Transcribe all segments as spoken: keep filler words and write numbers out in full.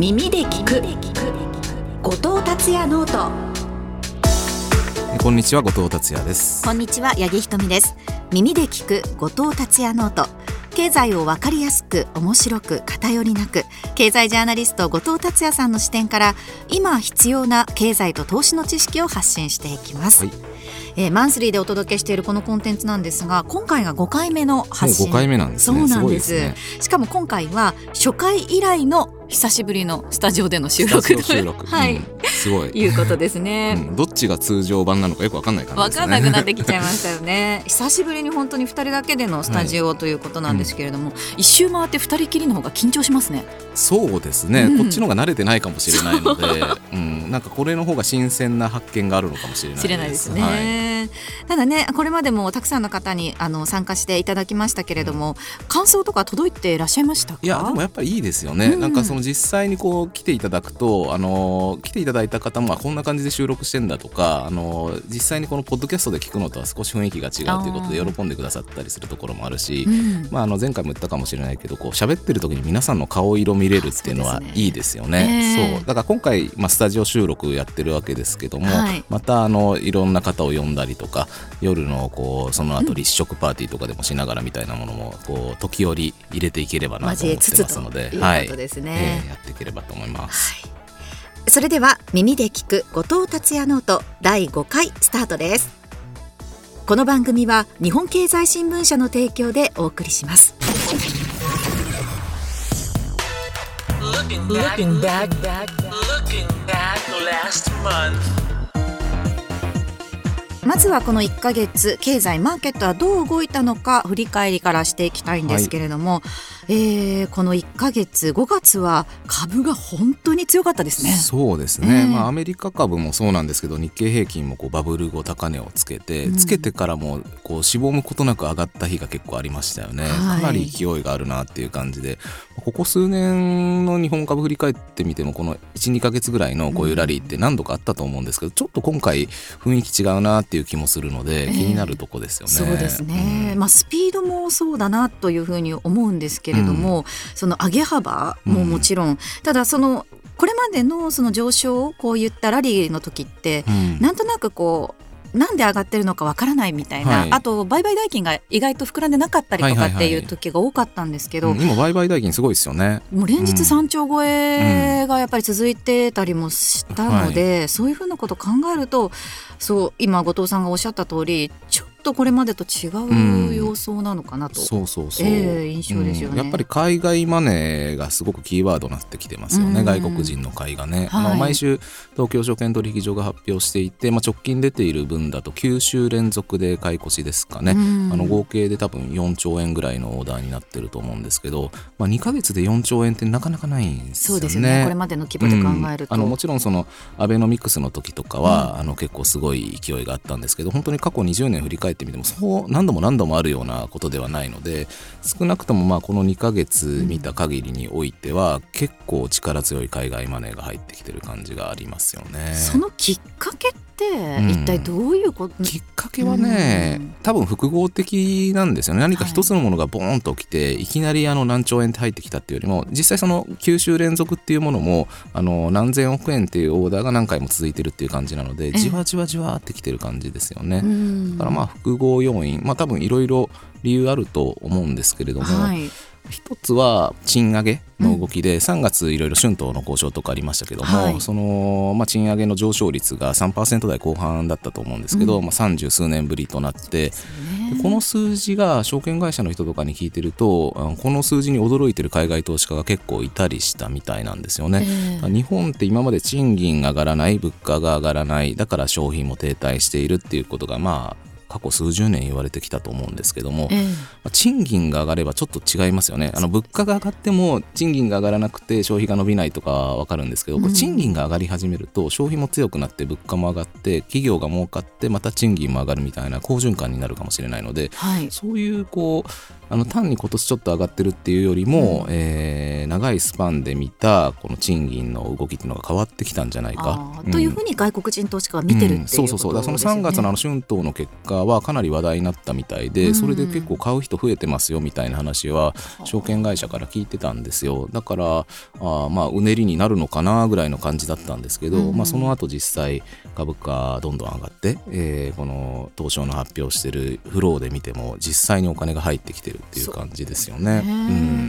耳で聞く後藤達也ノート。 こんにちは、後藤達也です。 こんにちは、八木ひとみです。耳で聞く後藤達也ノート。経済を分かりやすく面白く偏りなく、経済ジャーナリスト後藤達也さんの視点から今必要な経済と投資の知識を発信していきます、はい。えー、マンスリーでお届けしているこのコンテンツなんですが、今回がごかいめの発信。 もうごかいめなんですね。 そうなんです。 すごいですね。 しかも今回は初回以来の久しぶりのスタジオでの収録スタジオ収録はい、 うん、すごいいうことですね、 うん、どっちが通常版なのかよく分かんない感じですね。 分かんなくなってきちゃいましたよね久しぶりに本当にふたりだけでのスタジオということなんですけれども、はい、うん、一周回ってふたりきりの方が緊張しますね。 そうですね、うん、こっちの方が慣れてないかもしれないので、うん、なんかこれの方が新鮮な発見があるのかもしれないです。 知れないですね、 はい。 ただね、これまでもたくさんの方にあの参加していただきましたけれども、うん、感想とか届いていらっしゃいましたか？ いや、でもやっぱりいいですよね、うん、なんかその実際にこう来ていただくと、あの来ていただいた方もこんな感じで収録してんだとか、あの実際にこのポッドキャストで聞くのとは少し雰囲気が違うということで喜んでくださったりするところもあるし、うん、まあ、あの前回も言ったかもしれないけど、こう喋ってる時に皆さんの顔色見れるっていうのはいいですよね。そう、そうだから今回、まあ、スタジオ収録やってるわけですけども、はい、またあのいろんな方を呼んだりとか、夜のこうその後立食パーティーとかでもしながらみたいなものもこう時折入れていければなと思ってますので、はい、ですね、えー、やっていければと思います、はい。 それでは耳で聞く後藤達也ノートだいごかいスタートです。この番組は日本経済新聞社の提供でお送りします。Looking back, looking back last month. まずはこのいっかげつ経済マーケットはどう動いたのか振り返りからしていきたいんですけれども、はい、えー、このいっかげつごがつは株が本当に強かったですね。 そうですね、えーまあ、アメリカ株もそうなんですけど、日経平均もこうバブル後高値をつけて、うん、つけてからもこうしぼむことなく上がった日が結構ありましたよね、はい、かなり勢いがあるなっていう感じで、ここ数年の日本株振り返ってみてもこのいち、にかげつぐらいのこういうラリーって何度かあったと思うんですけど、ちょっと今回雰囲気違うなっていう気もするので、気になるとこですよね、 えー、そうですね、うん、まあ、スピードもそうだなというふうに思うんですけれども、うん、その上げ幅ももちろん、うん、ただそのこれまでのその上昇をこういったラリーの時って、うん、なんとなくこうなんで上がってるのかわからないみたいな、はい、あと売買代金が意外と膨らんでなかったりとかっていう時が多かったんですけど、 はいはいはい、うん、今売買代金すごいですよね。 もう連日さんちょう超えがやっぱり続いてたりもしたので、うんはい、そういうふうなことを考えると、そう今後藤さんがおっしゃった通り、ちょっとこれまでと違う様相なのかなと、うん、そうそうそう、えー、印象ですよね、 うん、やっぱり海外マネーがすごくキーワードになってきてますよね、うん、外国人の買いがね、はい、あの毎週東京証券取引所が発表していて、まあ、直近出ている分だときゅうしゅう連続で買い越しですかね、うん、あの合計で多分よんちょうえんぐらいのオーダーになってると思うんですけど、まあ、にかげつでよんちょうえんってなかなかないんですよね。 そうですよね、これまでの規模で考えると、 うん、あのもちろんそのアベノミクスの時とかは、うん、あの結構すごい勢いがあったんですけど、本当に過去にじゅうねん振り返ってみてもそう何度も何度もあるようなことではないので、少なくともまあこのにかげつ見た限りにおいては、うん、結構力強い海外マネーが入ってきてる感じがありますよね。 そのきっかけって一体どういうこと、うん、 きっかけはね、うん、多分複合的なんですよね。何か一つのものがボーンと起きて、はい、いきなりあの何兆円って入ってきたっていうよりも、実際そのきゅうしゅう連続っていうものもあの何千億円っていうオーダーが何回も続いてるっていう感じなので、じわじわじわってきてる感じですよね、うん、だからまあ複合要因、まあ多分いろいろ理由あると思うんですけれども、はい、一つは賃上げの動きで、うん、さんがついろいろ春闘の交渉とかありましたけども、はい、そのまあ、賃上げの上昇率が さんパーセント 台後半だったと思うんですけど、うん、まあ、さんじゅうすうねんぶりとなって、でこの数字が証券会社の人とかに聞いてると、この数字に驚いてる海外投資家が結構いたりしたみたいなんですよね、えー、日本って今まで賃金が上がらない、物価が上がらない、だから消費も停滞しているっていうことがまあ過去数十年言われてきたと思うんですけども、えー、賃金が上がればちょっと違いますよね。あの物価が上がっても賃金が上がらなくて消費が伸びないとかは分かるんですけど、これ賃金が上がり始めると消費も強くなって物価も上がって企業が儲かってまた賃金も上がるみたいな好循環になるかもしれないので、はい、そういうこうあの単に今年ちょっと上がってるっていうよりも、うん、えー、 長いスパンで見たこの賃金の動きっていうのが変わってきたんじゃないか、うん、 というふうに外国人投資家は見てるっていうことですよね。 うん、そうそうそう。だからそのさんがつのあの春闘の結果はかなり話題になったみたいで、うん、それで結構買う人増えてますよみたいな話は証券会社から聞いてたんですよ。だからあまあうねりになるのかなぐらいの感じだったんですけど、うん、まあ、その後実際株価どんどん上がって、えー、この東証の発表してるフローで見ても実際にお金が入ってきてるっていう感じですよね。うん、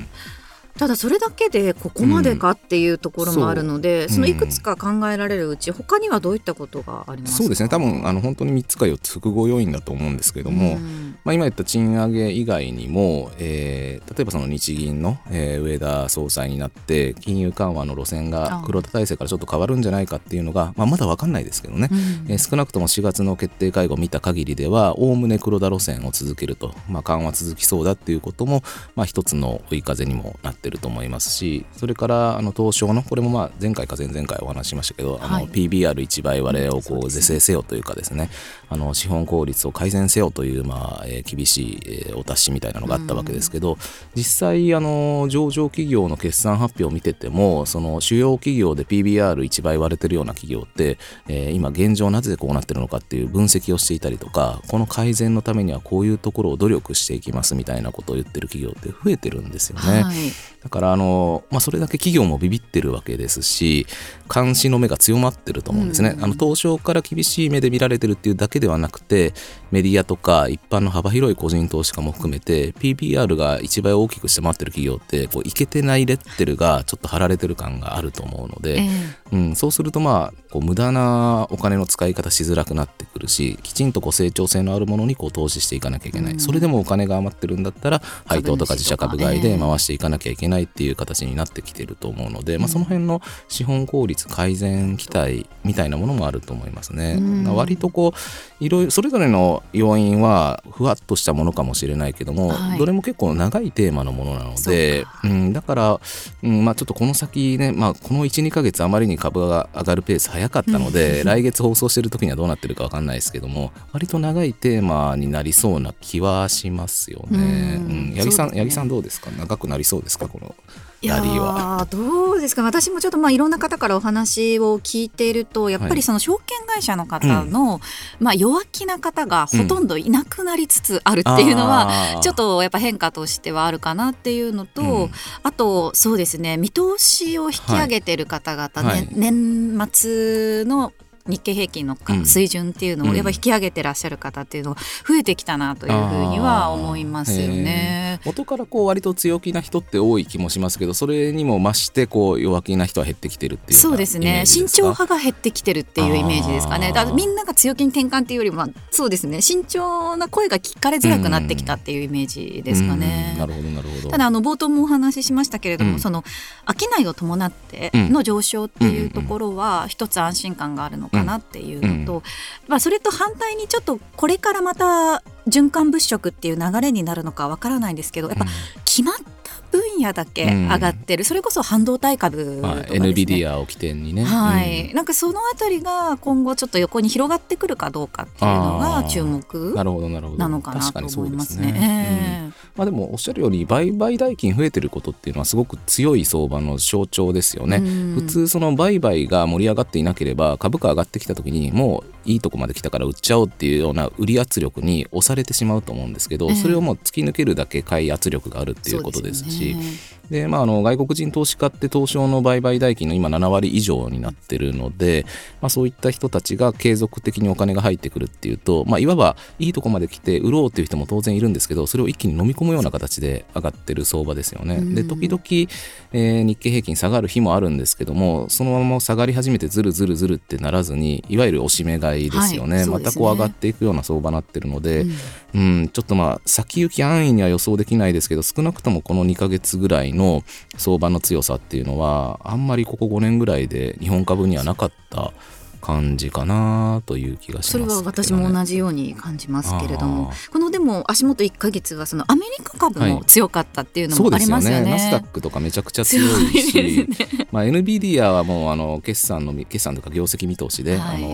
ただそれだけでここまでかっていうところもあるので、うん、そ, そのいくつか考えられるうち、うん、他にはどういったことがありますか？ そうですね、多分あの本当にみっつかよっつ複合要因だと思うんですけども、うん、まあ、今言った賃上げ以外にも、えー、例えばその日銀の、えー、上田総裁になって金融緩和の路線が黒田体制からちょっと変わるんじゃないかっていうのが、まあ、まだ分かんないですけどね、うん、えー、少なくともしがつの決定会合を見た限りではおおむね黒田路線を続けると、まあ、緩和続きそうだっていうことも、まあ、一つの追い風にもなってると思いますし、それからあの東証のこれもまあ前回か前々回お話ししましたけど、あの ピービーアールいち 倍割れをこう是正せよというかですね、あの資本効率を改善せよという、まあえー、厳しい、えー、お達しみたいなのがあったわけですけど、うん、実際あの上場企業の決算発表を見てても、その主要企業で ピービーアールいち 倍割れてるような企業って、えー、今現状なぜこうなってるのかっていう分析をしていたりとか、この改善のためにはこういうところを努力していきますみたいなことを言ってる企業って増えてるんですよね。はい、だからあの、まあ、それだけ企業もビビってるわけですし、監視の目が強まってると思うんですね。うん、あの東証から厳しい目で見られてるっていうだけではなくて、メディアとか一般の幅広い個人投資家も含めて ピービーアール がいちばい大きくして回ってる企業ってこういけてないレッテルがちょっと貼られてる感があると思うので、えーうん、そうするとまあこう無駄なお金の使い方しづらくなってくるし、きちんとこう成長性のあるものにこう投資していかなきゃいけない、うん、それでもお金が余ってるんだったら配当とか自社株買いで回していかなきゃいけないっていう形になってきてると思うので、まあ、その辺の資本効率改善期待みたいなものもあると思いますね。うん、割とこういろいろそれぞれの要因はふわっとしたものかもしれないけども、はい、どれも結構長いテーマのものなので、うん、だから、うんまあ、ちょっとこの先ね、まあ、この いちにかげつあまりに株が上がるペース早かったので来月放送してる時にはどうなってるか分かんないですけども、割と長いテーマになりそうな気はしますよね。うんうん、八木さん、八木さんどうですか？長くなりそうですかこのラリーは。いやどうですか？私もちょっとまあいろんな方からお話を聞いていると、やっぱりその証券会社の方の、はいうんまあ、弱気な方がほとんどいなくなりつつあるっていうのは、うん、ちょっとやっぱ変化としてはあるかなっていうのと、うん、あとそうですね、見通しを引き上げてる方々、ねはい、年末の日経平均の水準っていうのをやっぱ引き上げてらっしゃる方っていうのが増えてきたなというふうには思いますよね。 元からこう割と強気な人って多い気もしますけど、それにも増してこう弱気な人は減ってきてるっていうようなイメージですか？そうですね、慎重派が減ってきてるっていうイメージですかね。だからみんなが強気に転換っていうよりもそうですね、慎重な声が聞かれづらくなってきたっていうイメージですかね。 なるほどなるほど。 ただあの冒頭もお話ししましたけれども、うん、その商いを伴っての上昇っていうところは一つ安心感があるのかなっていうのと、うんまあ、それと反対にちょっとこれからまた循環物色っていう流れになるのかわからないんですけど、やっぱ決まった分野だけ上がってる、うん、それこそ半導体株とかですね、 まあ、エヌビディア を起点にね、 はいうん、なんかそのあたりが今後ちょっと横に広がってくるかどうかっていうのが注目なのかなと思いますね。 まあ、でもおっしゃるように売買代金増えてることっていうのはすごく強い相場の象徴ですよね。うん、普通その売買が盛り上がっていなければ株価上がってきた時にもういいとこまで来たから売っちゃおうっていうような売り圧力に押されてしまうと思うんですけど、えー、それをもう突き抜けるだけ買い圧力があるっていうことですし、で、まあ、あの外国人投資家って東証の売買代金の今ななわり以上になってるので、まあ、そういった人たちが継続的にお金が入ってくるっていうと、まあ、いわばいいとこまで来て売ろうっていう人も当然いるんですけど、それを一気に飲み込むような形で上がってる相場ですよね。で時々、えー、日経平均下がる日もあるんですけども、そのまま下がり始めてずるずるずるってならずに、いわゆる押し目買いですよね、はい、またこう上がっていくような相場になってるので、うんうん、ちょっとまあ先行き安易には予想できないですけど、少なくともこのにかげつぐらいの相場の強さっていうのはあんまりここごねんぐらいで日本株にはなかった感じかなという気がしますけどね。 それは私も同じように感じますけれども、このでも足元いっかげつはそのアメリカ株も強かったっていうのもありますよね。 はい、そうですよね。ナスダックとかめちゃくちゃ強いし、ねまあ、エヌビディア はもうあの決算の決算とか業績見通しで、はい、あの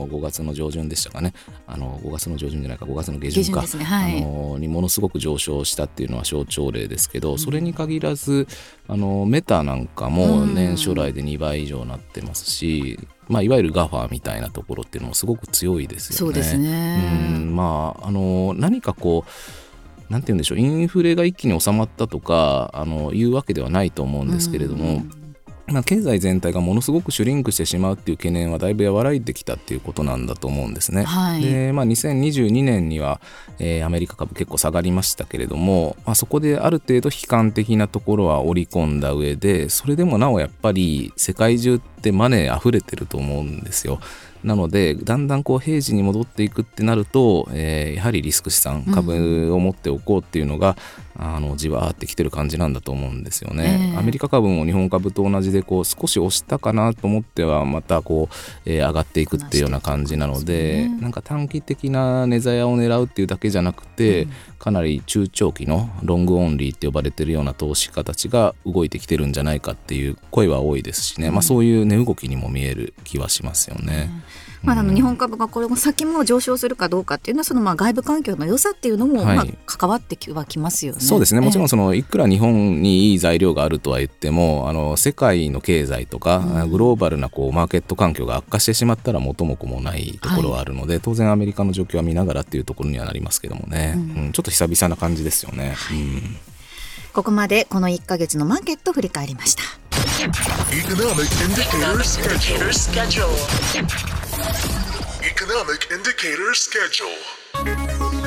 のごがつの上旬でしたかね、あのごがつの上旬じゃないかごがつの下旬か、 下旬ですね、はい、 あのにものすごく上昇したっていうのは象徴例ですけど、それに限らずあのメタなんかも年初来でにばい以上になってますし、まあ、いわゆるガファみたいなところっていうのもすごく強いですよね。 そうですね。 うん、まあ、あの何かこうなんて言うんでしょう、インフレが一気に収まったとかあのいうわけではないと思うんですけれども、まあ、経済全体がものすごくシュリンクしてしまうっていう懸念はだいぶ和らいできたっていうことなんだと思うんですね、はい、で、まあ、にせんにじゅうにねんには、えー、アメリカ株結構下がりましたけれども、まあ、そこである程度悲観的なところは織り込んだ上で、それでもなおやっぱり世界中ってマネー溢れてると思うんですよ。なのでだんだんこう平時に戻っていくってなると、えー、やはりリスク資産株を持っておこうっていうのが、うん、あのじわーってきてる感じなんだと思うんですよね、えー、アメリカ株も日本株と同じでこう少し押したかなと思ってはまたこう、えー、上がっていくっていうような感じなので、なんか短期的な値ざやを狙うっていうだけじゃなくて、うん、かなり中長期のロングオンリーって呼ばれてるような投資家たちが動いてきてるんじゃないかっていう声は多いですしね、うん、まあ、そういう値動きにも見える気はしますよね、 うん、まあ、あの日本株がこれも先も上昇するかどうかっていうのはそのまあ外部環境の良さっていうのもまあ関わってはきますよね、はい、 そうですね。もちろんそのいくら日本にいい材料があるとは言っても、あの世界の経済とか、うん、グローバルなこうマーケット環境が悪化してしまったら元も子もないところはあるので、はい、当然アメリカの状況は見ながらっていうところにはなりますけどもね、うんうん、ちょっと久々な感じですよね、はい、うん、 ここまでこのいっかげつのマーケットを振り返りました。 Economic Indicator Schedule Economic Indicator Schedule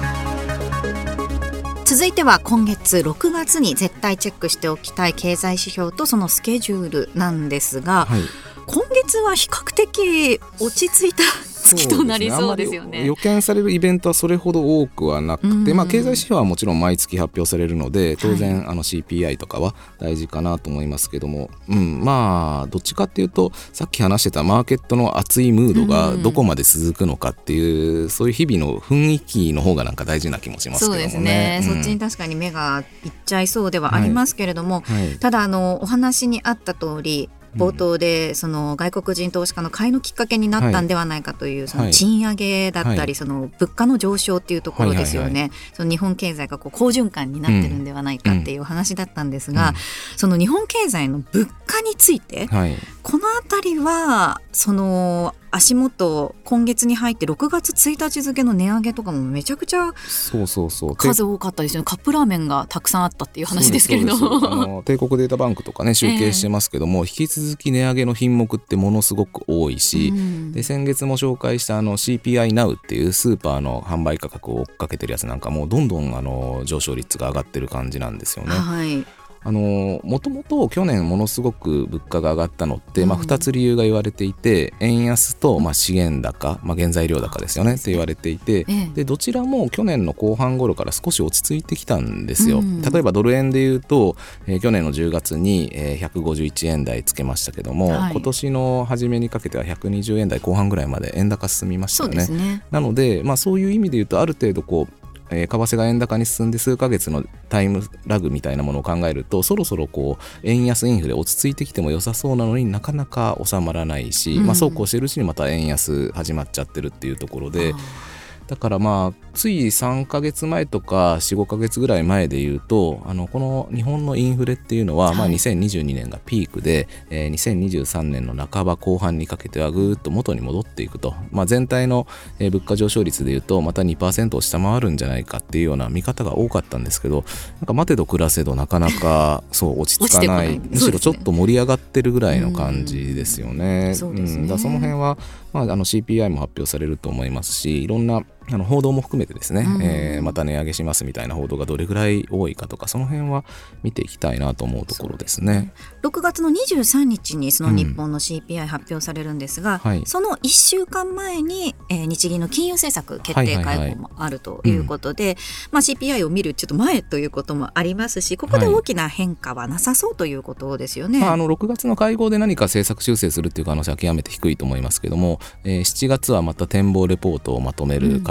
続いては今月ろくがつに絶対チェックしておきたい経済指標とそのスケジュールなんですが、はい、今月は比較的落ち着いた月となりそうですよね。 予見されるイベントはそれほど多くはなくて、うんうん、まあ、経済指標はもちろん毎月発表されるので当然、はい、あの シーピーアイ とかは大事かなと思いますけども、うん、まあどっちかっていうとさっき話してたマーケットの熱いムードがどこまで続くのかっていう、うん、そういう日々の雰囲気の方がなんか大事な気もしますけどもね。 そうですね、うん、そっちに確かに目がいっちゃいそうではありますけれども、はいはい、ただあのお話にあった通り冒頭でその外国人投資家の買いのきっかけになったんではないかというその賃上げだったりその物価の上昇っていうところですよね。その日本経済がこう好循環になってるんではないかっていうお話だったんですが、その日本経済の物価についてこのあたりはその足元今月に入ってろくがつついたち付の値上げとかもめちゃくちゃ数多かったですよね。カップラーメンがたくさんあったっていう話ですけれども、 あの帝国データバンクとかね集計してますけども、えー、引き続き値上げの品目ってものすごく多いし、うん、で先月も紹介したあの シーピーアイ ナウ っていうスーパーの販売価格を追っかけてるやつなんかもどんどんあの上昇率が上がってる感じなんですよね。はい、あのもともと去年ものすごく物価が上がったのって、まあ、ふたつ理由が言われていて、円安と、まあ、資源高、まあ、原材料高ですよねって言われていて、でどちらも去年の後半頃から少し落ち着いてきたんですよ。例えばドル円でいうと、えー、去年のじゅうがつに、えー、ひゃくごじゅういちえん台つけましたけども、はい、今年の初めにかけてはひゃくにじゅうえん台後半ぐらいまで円高進みましたよね。そうですね。なので、まあ、そういう意味でいうとある程度こうえー、為替が円高に進んで数ヶ月のタイムラグみたいなものを考えるとそろそろこう円安インフレ落ち着いてきても良さそうなのになかなか収まらないし、うん、まあ、そうこうしてるうちにまた円安始まっちゃってるっていうところで、だからまあついさんかげつまえとか よん,ご ヶ月ぐらい前でいうとあのこの日本のインフレっていうのは、はい、まあ、にせんにじゅうにねんがピークで、えー、にせんにじゅうさんねんの半ば後半にかけてはぐーっと元に戻っていくと、まあ、全体の、えー、物価上昇率でいうとまた にパーセント を下回るんじゃないかっていうような見方が多かったんですけど、なんか待てど暮らせどなかなかそう落ち着かない、むしろちょっと盛り上がってるぐらいの感じですよね。その辺は、まあ、あの シーピーアイ も発表されると思いますし、いろんなあの報道も含めてですね、うん、えー、また値上げしますみたいな報道がどれぐらい多いかとか、その辺は見ていきたいなと思うところですね。 ろくがつのにじゅうさんにちにその日本の シーピーアイ 発表されるんですが、うん、はい、そのいっしゅうかんまえに、えー、日銀の金融政策決定会合もあるということで、まあ、シーピーアイ を見るちょっと前ということもありますし、ここで大きな変化はなさそうということですよね。 はい、まあ、あのろくがつの会合で何か政策修正するっていう可能性は極めて低いと思いますけども、えー、しちがつはまた展望レポートをまとめる会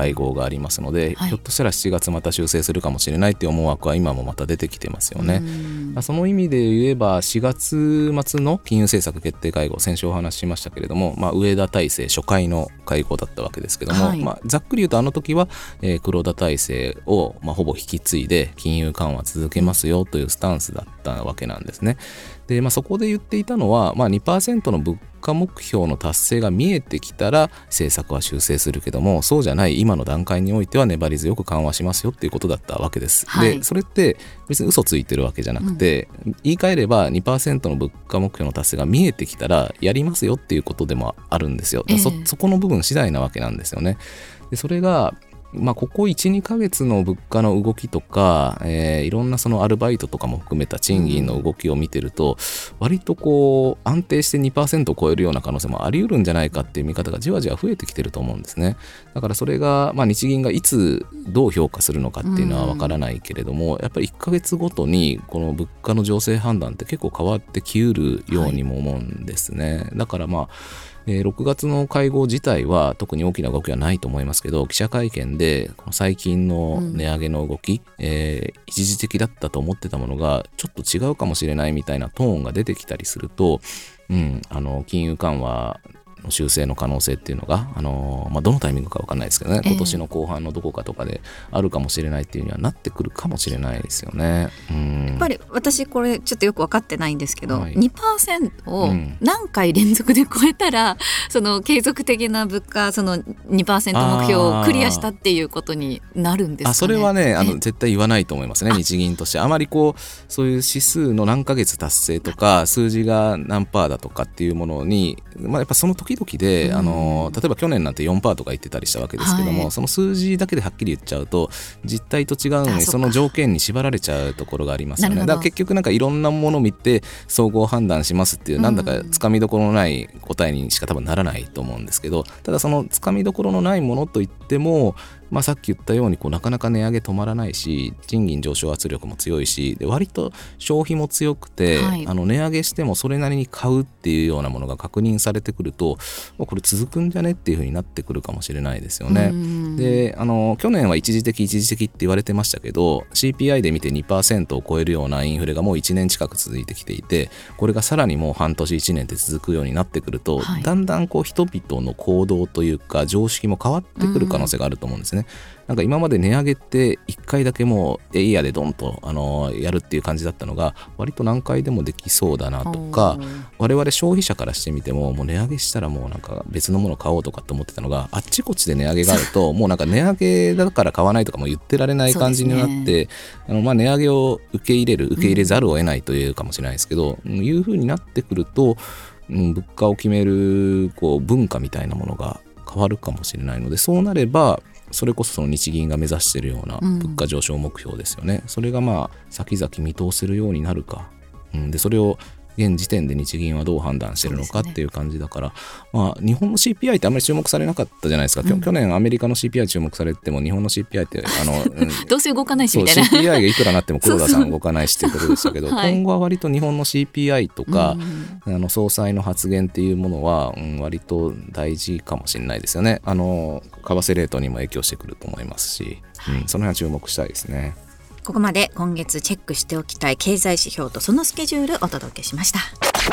会合がありますので、 はい、 ひょっとしたらしちがつまた修正するかもしれないっていう思惑は今もまた出てきてますよね。その意味で言えばしがつ末の金融政策決定会合、先週お話ししましたけれども、まあ、上田体制初回の会合だったわけですけども、はい、まあ、ざっくり言うとあの時は、えー、黒田体制を、まあ、ほぼ引き継いで金融緩和続けますよというスタンスだったわけなんですね。で、まあ、そこで言っていたのは、まあ、にパーセント の物価目標の達成が見えてきたら政策は修正するけども、そうじゃない今の段階においては粘り強く緩和しますよっていうことだったわけです、はい、でそれって別に嘘ついてるわけじゃなくて、うん、言い換えれば にパーセント の物価目標の達成が見えてきたらやりますよっていうことでもあるんですよ。 そ, そこの部分次第なわけなんですよね。でそれがまあ、ここ いち,に ヶ月の物価の動きとか、えー、いろんなそのアルバイトとかも含めた賃金の動きを見てると、割とこう安定して にパーセント を超えるような可能性もあり得るんじゃないかっていう見方がじわじわ増えてきてると思うんですね。だからそれが、まあ、日銀がいつどう評価するのかっていうのは分からないけれども、やっぱりいっかげつごとにこの物価の情勢判断って結構変わってきうるようにも思うんですね、はい、だからまあろくがつの会合自体は特に大きな動きはないと思いますけど、記者会見で最近の値上げの動き、うんえー、一時的だったと思ってたものがちょっと違うかもしれないみたいなトーンが出てきたりすると、うん、あの金融緩和の修正の可能性っていうのが、あのまあ、どのタイミングか分かんないですけどね、今年の後半のどこかとかであるかもしれないっていうにはなってくるかもしれないですよね。うん、 やっぱり私これちょっとよく分かってないんですけど、はい、にパーセント を何回連続で超えたら、うん、その継続的な物価その にパーセント 目標をクリアしたっていうことになるんですかね。 あそれはねあの絶対言わないと思いますね、日銀として。あまりこうそういう指数の何ヶ月達成とか数字が何パーだとかっていうものに、まあ、やっぱその時々で、うん、あの例えば去年なんて よんパーセント とか言ってたりしたわけですけども、はい、その数字だけではっきり言っちゃうと実態と違うのにその条件に縛られちゃうところがありますよね。だから結局なんかいろんなものを見て総合判断しますっていう、なんだかつかみどころのない答えにしか多分ならないと思うんですけど、ただそのつかみどころのないものといっても、まあ、さっき言ったようにこうなかなか値上げ止まらないし、賃金上昇圧力も強いし、で割と消費も強くて、はい、あの値上げしてもそれなりに買うっていうようなものが確認されてくると、これ続くんじゃねっていう風になってくるかもしれないですよね。であの去年は一時的一時的って言われてましたけど、 シーピーアイ で見て にパーセント を超えるようなインフレがもういちねん近く続いてきていて、これがさらにもう半年いちねんで続くようになってくると、はい、だんだんこう人々の行動というか常識も変わってくる可能性があると思うんですね。なんか今まで値上げっていっかいだけもうエイヤでドンとあのやるっていう感じだったのが、割と何回でもできそうだなとか、我々消費者からしてみてももう値上げしたらもうなんか別のもの買おうとかって思ってたのが、あっちこっちで値上げがあるともうなんか値上げだから買わないとかも言ってられない感じになって、ね、あのまあ値上げを受け入れる受け入れざるを得ないというかもしれないですけど、うん、いう風になってくると、うん、物価を決めるこう文化みたいなものが変わるかもしれないので、そうなればそれこそその日銀が目指しているような物価上昇目標ですよね、うん、それがまあ先々見通せるようになるか、うん、でそれを現時点で日銀はどう判断しているのかっていう感じだから、まあ、日本の シーピーアイ ってあんまり注目されなかったじゃないですか、うん、去年アメリカの シーピーアイ 注目されても日本の シーピーアイ ってあの、うん、 どうせ動かないしみたいな、 シーピーアイ がいくらなっても黒田さん動かないしっていうことでしたけどはい、今後は割と日本の シーピーアイ とか、うん、あの総裁の発言っていうものは、うん、割と大事かもしれないですよね。あの為替レートにも影響してくると思いますし、はい、うん、その辺は注目したいですね。 ここまで今月チェックしておきたい経済指標とそのスケジュールお届けしました。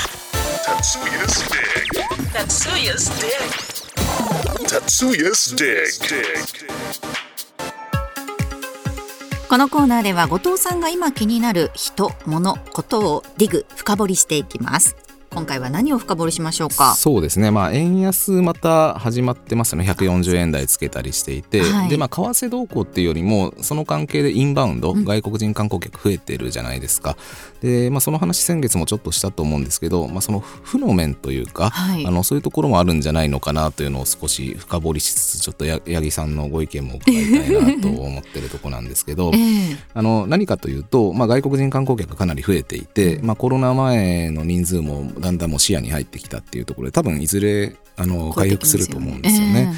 Tatsuya's Dig. Tatsuya's Dig. Tatsuya's Dig. このコーナーでは後藤さんが今気になる人、物、ことをディグ、深掘りしていきます。今回は何を深掘りしましょうか。 そうですね、まあ、円安また始まってますよね。ひゃくよんじゅうえん台つけたりしていて、はい、でまあ、為替動向っていうよりもその関係でインバウンド、うん、外国人観光客増えてるじゃないですか。で、まあ、その話先月もちょっとしたと思うんですけど、まあ、その負の面というか、はい、あのそういうところもあるんじゃないのかなというのを少し深掘りしつつ、ちょっとや八木さんのご意見も伺いたいなと思ってるところなんですけど、えー、あの何かというと、まあ、外国人観光客がかなり増えていて、まあ、コロナ前の人数もだんだんもう視野に入ってきたっていうところで、多分いずれあの回復すると思うんですよね。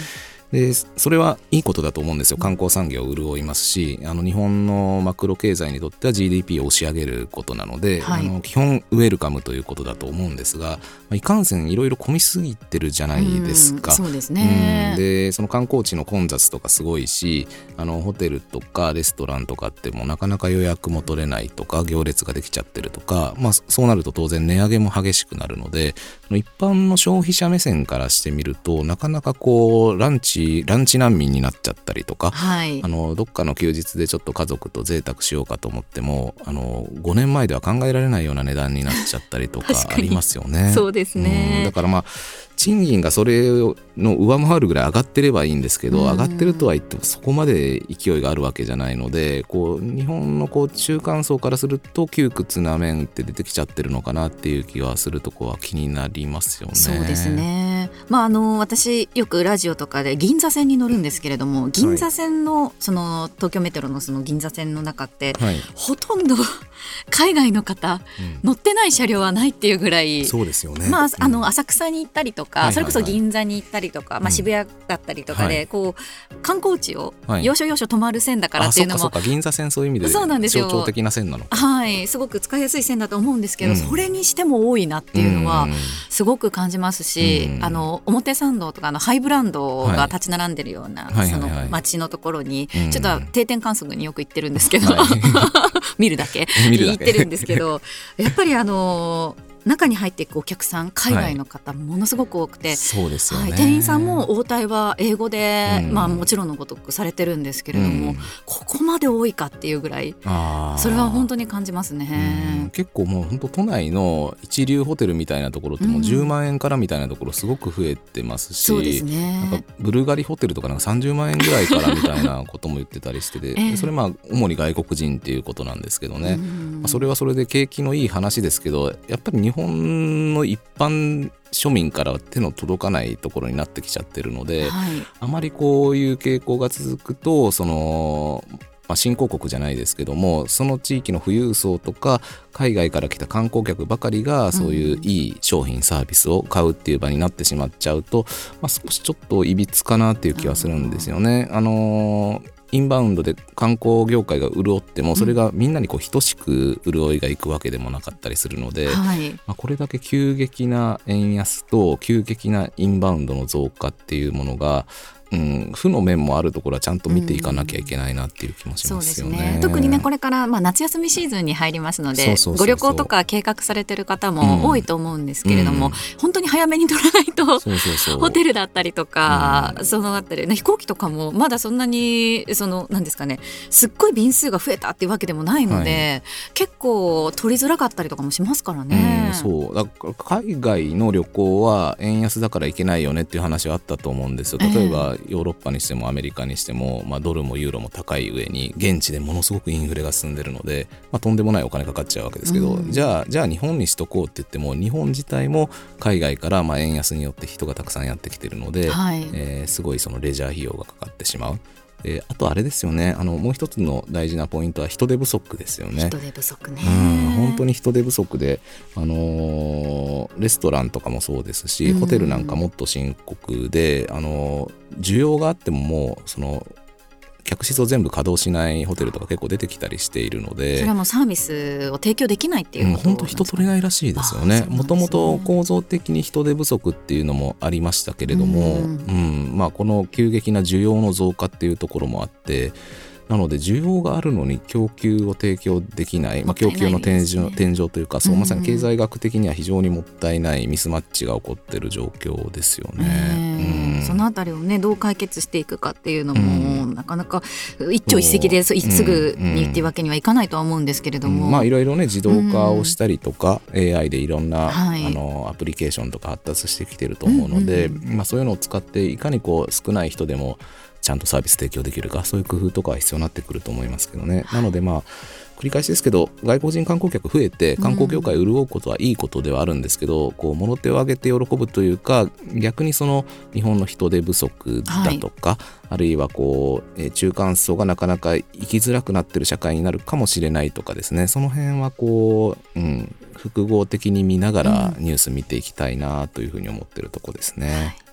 でそれはいいことだと思うんですよ。観光産業を潤いますし、あの日本のマクロ経済にとっては ジーディーピー を押し上げることなので、はい、あの基本ウェルカムということだと思うんですが、まあ、いかんせんいろいろ混みすぎてるじゃないですか。 うん、そうですね。 うん、でその観光地の混雑とかすごいし、あのホテルとかレストランとかってもうなかなか予約も取れないとか行列ができちゃってるとか、まあ、そうなると当然値上げも激しくなるので、一般の消費者目線からしてみるとなかなかこうランチランチ難民になっちゃったりとか、はい、あのどっかの休日でちょっと家族と贅沢しようかと思ってもあのごねんまえでは考えられないような値段になっちゃったりとかありますよね。 そうですね。 うん、だからまあ賃金がそれの上回るぐらい上がってればいいんですけど、上がってるとは言ってもそこまで勢いがあるわけじゃないので、こう日本のこう中間層からすると窮屈な面って出てきちゃってるのかなっていう気がするところは気になりますよね。 そうですね。まあ、あの私よくラジオとかで銀座線に乗るんですけれども、銀座線の、その東京メトロのその銀座線の中って、はい、ほとんど海外の方、うん、乗ってない車両はないっていうぐらい。そうですよね。まあ、あの浅草に行ったりとか、うん、それこそ銀座に行ったりとか、はいはいはい、まあ、渋谷だったりとかで、うん、こう観光地を要所要所止まる線だからっていうのも、 はい、あ、そうかそうか、銀座線そういう意味で象徴的な線なのか。 はい、すごく使いやすい線だと思うんですけど、うん、それにしても多いなっていうのはすごく感じますし、うん、あの表参道とかのハイブランドが立ち並んでるような、はい、その街のところに、はいはいはい、ちょっと定点観測によく行ってるんですけど、はい、見るだけ行ってるんですけど、やっぱりあの中に入っていくお客さん、海外の方ものすごく多くて、はい、そうですよね。はい、店員さんも応対は英語で、うん、まあ、もちろんのごとくされてるんですけれども、うん、ここまで多いかっていうぐらい、それは本当に感じますね。 うん、結構もう本当都内の一流ホテルみたいなところってもうじゅうまんえんからみたいなところすごく増えてますし、 そうですね。 なんかブルガリホテルとかなんかさんじゅうまんえんぐらいからみたいなことも言ってたりしてて、えー、それまあ主に外国人っていうことなんですけどね、うん、それはそれで景気のいい話ですけど、やっぱり日本の一般庶民からは手の届かないところになってきちゃってるので、はい、あまりこういう傾向が続くと、その、まあ、新興国じゃないですけども、その地域の富裕層とか海外から来た観光客ばかりがそういういい商品サービスを買うっていう場になってしまっちゃうと、まあ、少しちょっといびつかなっていう気はするんですよね。あのーインバウンドで観光業界が潤っても、それがみんなにこう等しく潤いがいくわけでもなかったりするので、はい、まあ、これだけ急激な円安と急激なインバウンドの増加っていうものが、うん、負の面もあるところはちゃんと見ていかなきゃいけないなっていう気もしますよね。うん、そうですね。特にね、これから、まあ、夏休みシーズンに入りますので、そうそうそうそう、ご旅行とか計画されてる方も多いと思うんですけれども、うん、本当に早めに取らないと、そうそうそう、ホテルだったりとか、うん、そのあたり、ね、飛行機とかもまだそんなにそのなんですかね、すっごい便数が増えたっていうわけでもないので、はい、結構取りづらかったりとかもしますからね。うん、そうだから海外の旅行は円安だから行けないよねっていう話はあったと思うんですよ。例えば、えーヨーロッパにしてもアメリカにしても、まあ、ドルもユーロも高い上に現地でものすごくインフレが進んでるので、まあ、とんでもないお金かかっちゃうわけですけど、うん、じゃあじゃあ日本にしとこうって言っても、日本自体も海外からまあ円安によって人がたくさんやってきてるので、はい、えー、すごいそのレジャー費用がかかってしまう。であとあれですよね、あのもう一つの大事なポイントは人手不足ですよね。人手不足ね、うん、本当に人手不足で、あのー、レストランとかもそうですし、ホテルなんかもっと深刻で、あのー、需要があってももうその客室を全部稼働しないホテルとか結構出てきたりしているので、それはもうサービスを提供できないっていうこと、うん、本当人取れないらしいですよね。もともと構造的に人手不足っていうのもありましたけれども、うん、うん、まあ、この急激な需要の増加っていうところもあって、なので需要があるのに供給を提供できない、まあ、供給の天井、天井というか、そうまさに経済学的には非常にもったいないミスマッチが起こっている状況ですよね。うん、そのあたりをね、どう解決していくかっていうのも、うん、なかなか一朝一夕ですぐにっていうわけにはいかないとは思うんですけれども、うん、まあ、いろいろね、自動化をしたりとか、うん、エーアイ でいろんな、はい、あのアプリケーションとか発達してきてると思うので、うんうん、まあ、そういうのを使っていかにこう少ない人でもちゃんとサービス提供できるか、そういう工夫とかは必要になってくると思いますけどね。なので、まあ繰り返しですけど、外国人観光客増えて観光業界潤うことはいいことではあるんですけど、うん、こう物手を挙げて喜ぶというか、逆にその日本の人手不足だとか、はい、あるいはこう、えー、中間層がなかなか生きづらくなっている社会になるかもしれないとかですね、その辺はこう、うん、複合的に見ながらニュース見ていきたいなというふうに思っているところですね。はい。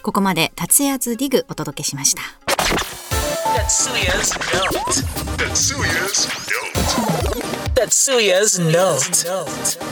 ここまで達也ズディグお届けしました。 Tatsuya's Note. Tatsuya's Note. Tatsuya's Note.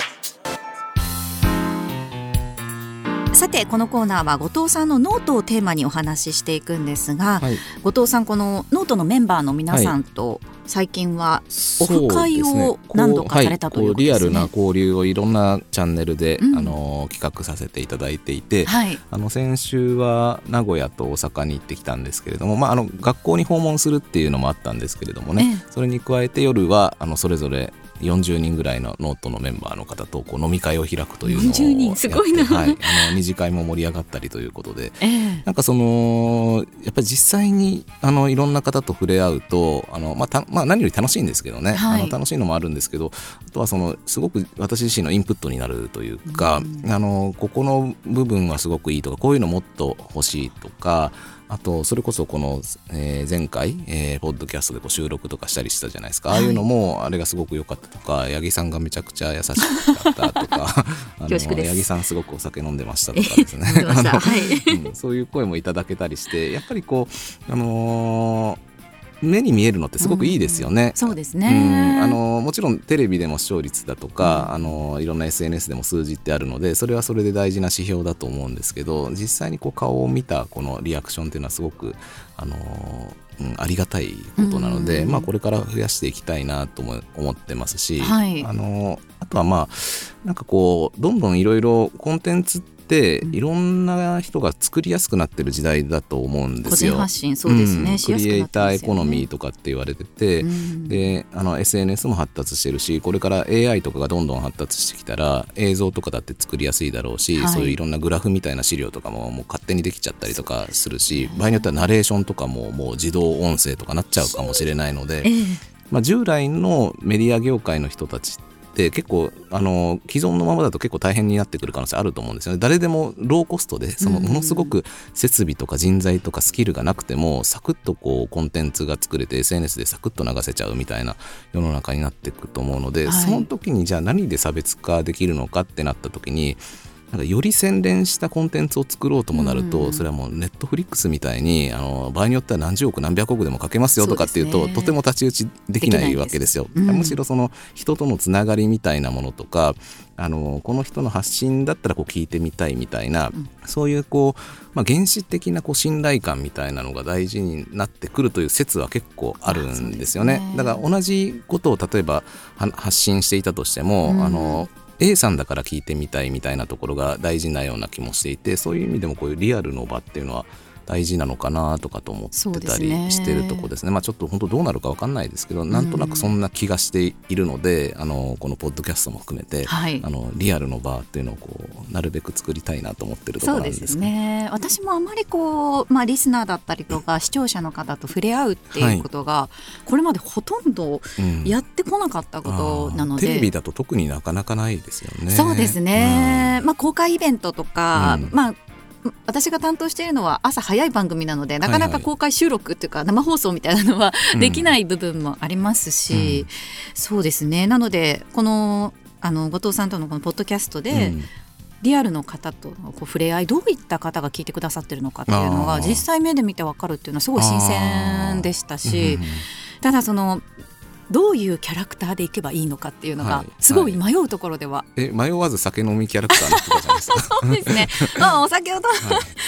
さてこのコーナーは後藤さんのノートをテーマにお話ししていくんですが、 はい、 後藤さんこのノートのメンバーの皆さんと最近はオフ会を何度かされたということですね。 リアルな交流をいろんなチャンネルで、 うん、 あの企画させていただいていて、 はい、 あの先週は名古屋と大阪に行ってきたんですけれども、まあ、あの学校に訪問するっていうのもあったんですけれどもね、ええ、それに加えて夜はあのそれぞれよんじゅうにんぐらいのノートのメンバーの方とこう飲み会を開くというのをやって、 よんじゅうにんすごいな、 はい、あの二次会も盛り上がったりということで、 ええ、 なんかそのやっぱり実際にあのいろんな方と触れ合うとあの、まあたまあ、何より楽しいんですけどね、はい、あの楽しいのもあるんですけど、あとはそのすごく私自身のインプットになるというか、うん、あのここの部分はすごくいいとかこういうのもっと欲しいとか、あとそれこそこの、えー、前回、えー、ポッドキャストでこう収録とかしたりしたじゃないですか、ああいうのもあれがすごく良かったとか、八木さんがめちゃくちゃ優しかったとかあの八木さんすごくお酒飲んでましたとかですねはいうん、そういう声もいただけたりして、やっぱりこう、あのー目に見えるのってすごくいいですよね、 うん、そうですね、 うん、あのもちろんテレビでも視聴率だとか、うん、あのいろんな エスエヌエス でも数字ってあるので、それはそれで大事な指標だと思うんですけど、実際にこう顔を見たこのリアクションっていうのはすごくあの、うん、ありがたいことなので、うんまあ、これから増やしていきたいなとも思ってますし、はい、あのあとはまあなんかこうどんどんいろいろコンテンツってでいろんな人が作りやすくなってる時代だと思うんですよ。 個人発信そうですね、 うん、 しやすくなってますよね。 クリエイターエコノミーとかって言われてて、うん、であの エスエヌエス も発達してるし、これから エーアイ とかがどんどん発達してきたら映像とかだって作りやすいだろうし、はい、そういういろんなグラフみたいな資料とかも、もう勝手にできちゃったりとかするし、場合によってはナレーションとかももう自動音声とかなっちゃうかもしれないので、えーまあ、従来のメディア業界の人たちってで結構あの既存のままだと結構大変になってくる可能性あると思うんですよね。誰でもローコストでそのものすごく設備とか人材とかスキルがなくてもサクッとこうコンテンツが作れて エスエヌエス でサクッと流せちゃうみたいな世の中になっていくと思うので、はい、その時にじゃあ何で差別化できるのかってなった時になんかより洗練したコンテンツを作ろうともなると、うん、それはもうネットフリックスみたいにあの場合によっては何十億何百億でもかけますよとかっていうと、ね、とても太刀打ちできないわけですよ。うん、むしろその人とのつながりみたいなものとか、あのこの人の発信だったらこう聞いてみたいみたいな、うん、そういうこう、まあ、原始的なこう信頼感みたいなのが大事になってくるという説は結構あるんですよね。ねだから同じことを例えば発信していたとしても、うん、あのA さんだから聞いてみたいみたいなところが大事なような気もしていて、そういう意味でもこういうリアルの場っていうのは大事なのかなとかと思ってたりしてるところですね。まあちょっと本当どうなるか分かんないですけど、なんとなくそんな気がしているので、うん、あのこのポッドキャストも含めて、はい、あのリアルの場っていうのをこうなるべく作りたいなと思ってるところなんですけど。 そうですね。私もあまりこう、まあ、リスナーだったりとか視聴者の方と触れ合うっていうことが、はい、これまでほとんどやってこなかったことなので、 うん、テレビだと特になかなかないですよね。 そうですね、うんまあ、公開イベントとか、うんまあ私が担当しているのは朝早い番組なのでなかなか公開収録っていうか生放送みたいなのはできない部分もありますし、うん、そうですね。なのでこの、あの後藤さんとのこのポッドキャストで、うんリアルの方とこう触れ合い、どういった方が聞いてくださってるのかっていうのが実際目で見て分かるっていうのはすごい新鮮でしたし、ただそのどういうキャラクターでいけばいいのかっていうのがすごい迷うところでは、はいはい、 え迷わず酒飲みキャラクターの人じゃないですかそうですね、まあ、お酒をと、はい、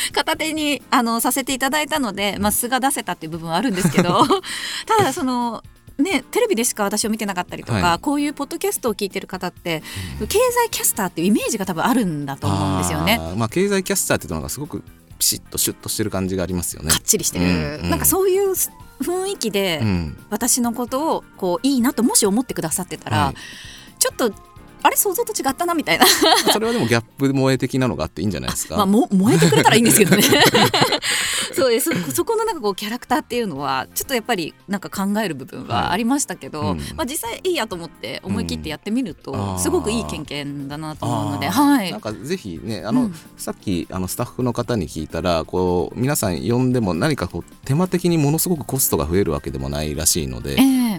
片手にあのさせていただいたので、まあ、素が出せたっていう部分はあるんですけどただそのね、テレビでしか私を見てなかったりとか、はい、こういうポッドキャストを聞いてる方って、うん、経済キャスターっていうイメージが多分あるんだと思うんですよね。 あ、まあ、経済キャスターっていうのがすごくピシッとシュッとしてる感じがありますよね。 かっちりしてる、うんうん、なんかそういう雰囲気で、うん、私のことをこういいなともし思ってくださってたら、はい、ちょっとあれ想像と違ったなみたいなそれはでもギャップ萌え的なのがあっていいんじゃないですか。 まあ、も燃えてくれたらいいんですけどねそうです。 そ, そこのなんかこうキャラクターっていうのはちょっとやっぱりなんか考える部分はありましたけど、はいうんまあ、実際いいやと思って思い切ってやってみると、うん、すごくいい経験だなと思うので、はい、 なんかぜひねあの、うん、さっきあのスタッフの方に聞いたらこう皆さん呼んでも何かこう手間的にものすごくコストが増えるわけでもないらしいので、えー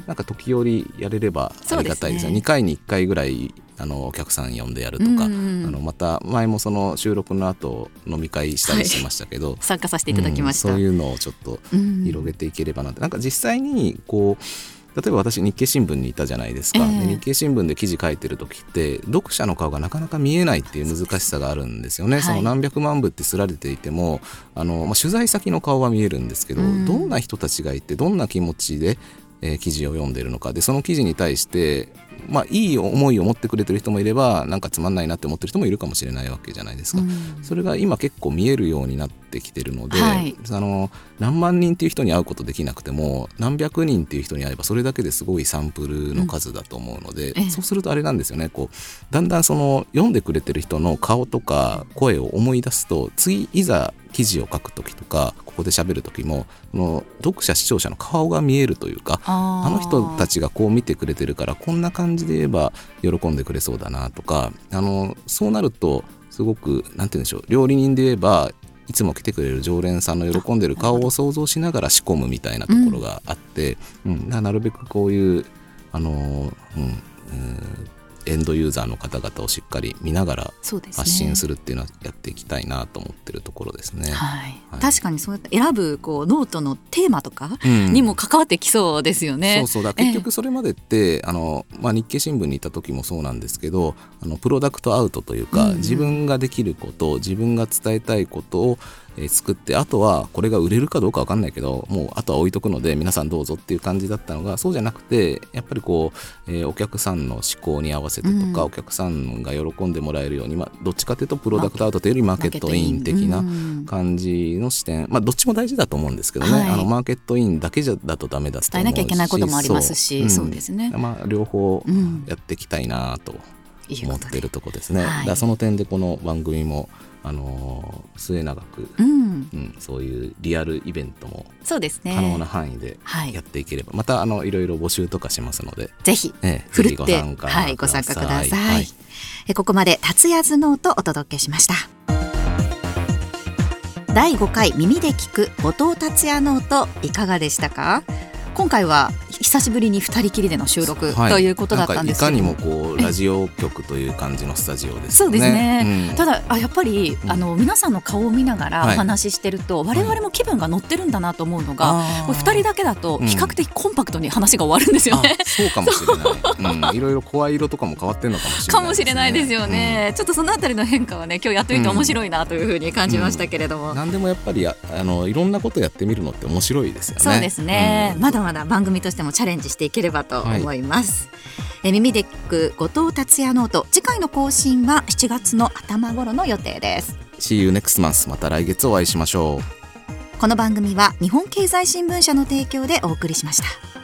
なんか時折やれればありがたいですよ。 そうですね。 にかいにいっかいぐらいあのお客さん呼んでやるとか、 うんうん、 あのまた前もその収録の後飲み会したりしましたけど、はい、 参加させていただきました、 うん、そういうのをちょっと広げていければなって、うん、なんか実際にこう例えば私日経新聞にいたじゃないですか、えー、で日経新聞で記事書いてる時って読者の顔がなかなか見えないっていう難しさがあるんですよね。 そ, その何百万部ってすられていてもあの、まあ、取材先の顔は見えるんですけど、うん、どんな人たちがいてどんな気持ちで、えー、記事を読んでるのかで、その記事に対してまあ、いい思いを持ってくれてる人もいればなんかつまんないなって思ってる人もいるかもしれないわけじゃないですか、うん、それが今結構見えるようになってきてるので、はい、あの何万人っていう人に会うことできなくても何百人っていう人に会えばそれだけですごいサンプルの数だと思うので、うん、そうするとあれなんですよね、こうだんだんその読んでくれてる人の顔とか声を思い出すと次いざ記事を書くときとかここで喋るときもの読者視聴者の顔が見えるというか、あ, あの人たちがこう見てくれてるからこんな感じで言えば喜んでくれそうだなとか、あのそうなるとすごくなんて言うんでしょう、料理人で言えばいつも来てくれる常連さんの喜んでる顔を想像しながら仕込むみたいなところがあって、うんうん、なるべくこういうあの、うんうんエンドユーザーの方々をしっかり見ながら発信するっていうのはやっていきたいなと思ってるところですね。 はいはい、確かにそうやって選ぶこうノートのテーマとかにも関わってきそうですよね。 うん、そうそうだ結局それまでって、えーあのまあ、日経新聞にいた時もそうなんですけど、あのプロダクトアウトというか、うんうん、自分ができること自分が伝えたいことをえー、作ってあとはこれが売れるかどうか分かんないけどもうあとは置いとくので皆さんどうぞっていう感じだったのが、そうじゃなくてやっぱりこう、えー、お客さんの思考に合わせてとか、うん、お客さんが喜んでもらえるように、まあ、どっちかというとプロダクトアウトというよりマーケットイン的な感じの視点、まあ、どっちも大事だと思うんですけどね、はい、あのマーケットインだけじゃだとダメだと思うし伝えなきゃいけないこともありますし、そう、うん、そうですね、まあ、両方やっていきたいなと思ってるとこですね。いい、はい、だからその点でこの番組もあのー、末永く、うんうん、そういうリアルイベントも可能な範囲でやっていければ、はい、またあのいろいろ募集とかしますのでぜひ、ね、ふるってご参加、はい、ご参加ください、はい、えここまで達也ズノートお届けしました。だいごかい耳で聞く後藤達也ノートいかがでしたか？今回は久しぶりにふたりきりでの収録、はい、ということだったんですけど、 いかにもこうラジオ局という感じのスタジオですね。 そうですね、うん、ただあやっぱりあの皆さんの顔を見ながらお話ししてると、はい、我々も気分が乗ってるんだなと思うのが、はい、ふたりだけだと比較的コンパクトに話が終わるんですよね、 うん、そうかもしれない、うん、いろいろ声色とかも変わってるのかもしれないですね。 かもしれないですよね、うん、ちょっとそのあたりの変化はね今日やってみて面白いなというふうに感じましたけれども、うんうん、 何でもやっぱりあのいろんなことやってみるのって面白いですよね。 そうですね、うん、まだまだ番組としてもチャレンジしていければと思います、はい、え耳で聞く後藤達也ノート、次回の更新はしちがつの頭頃の予定です。 See you next month。 また来月お会いしましょう。 この番組は日本経済新聞社の提供でお送りしました。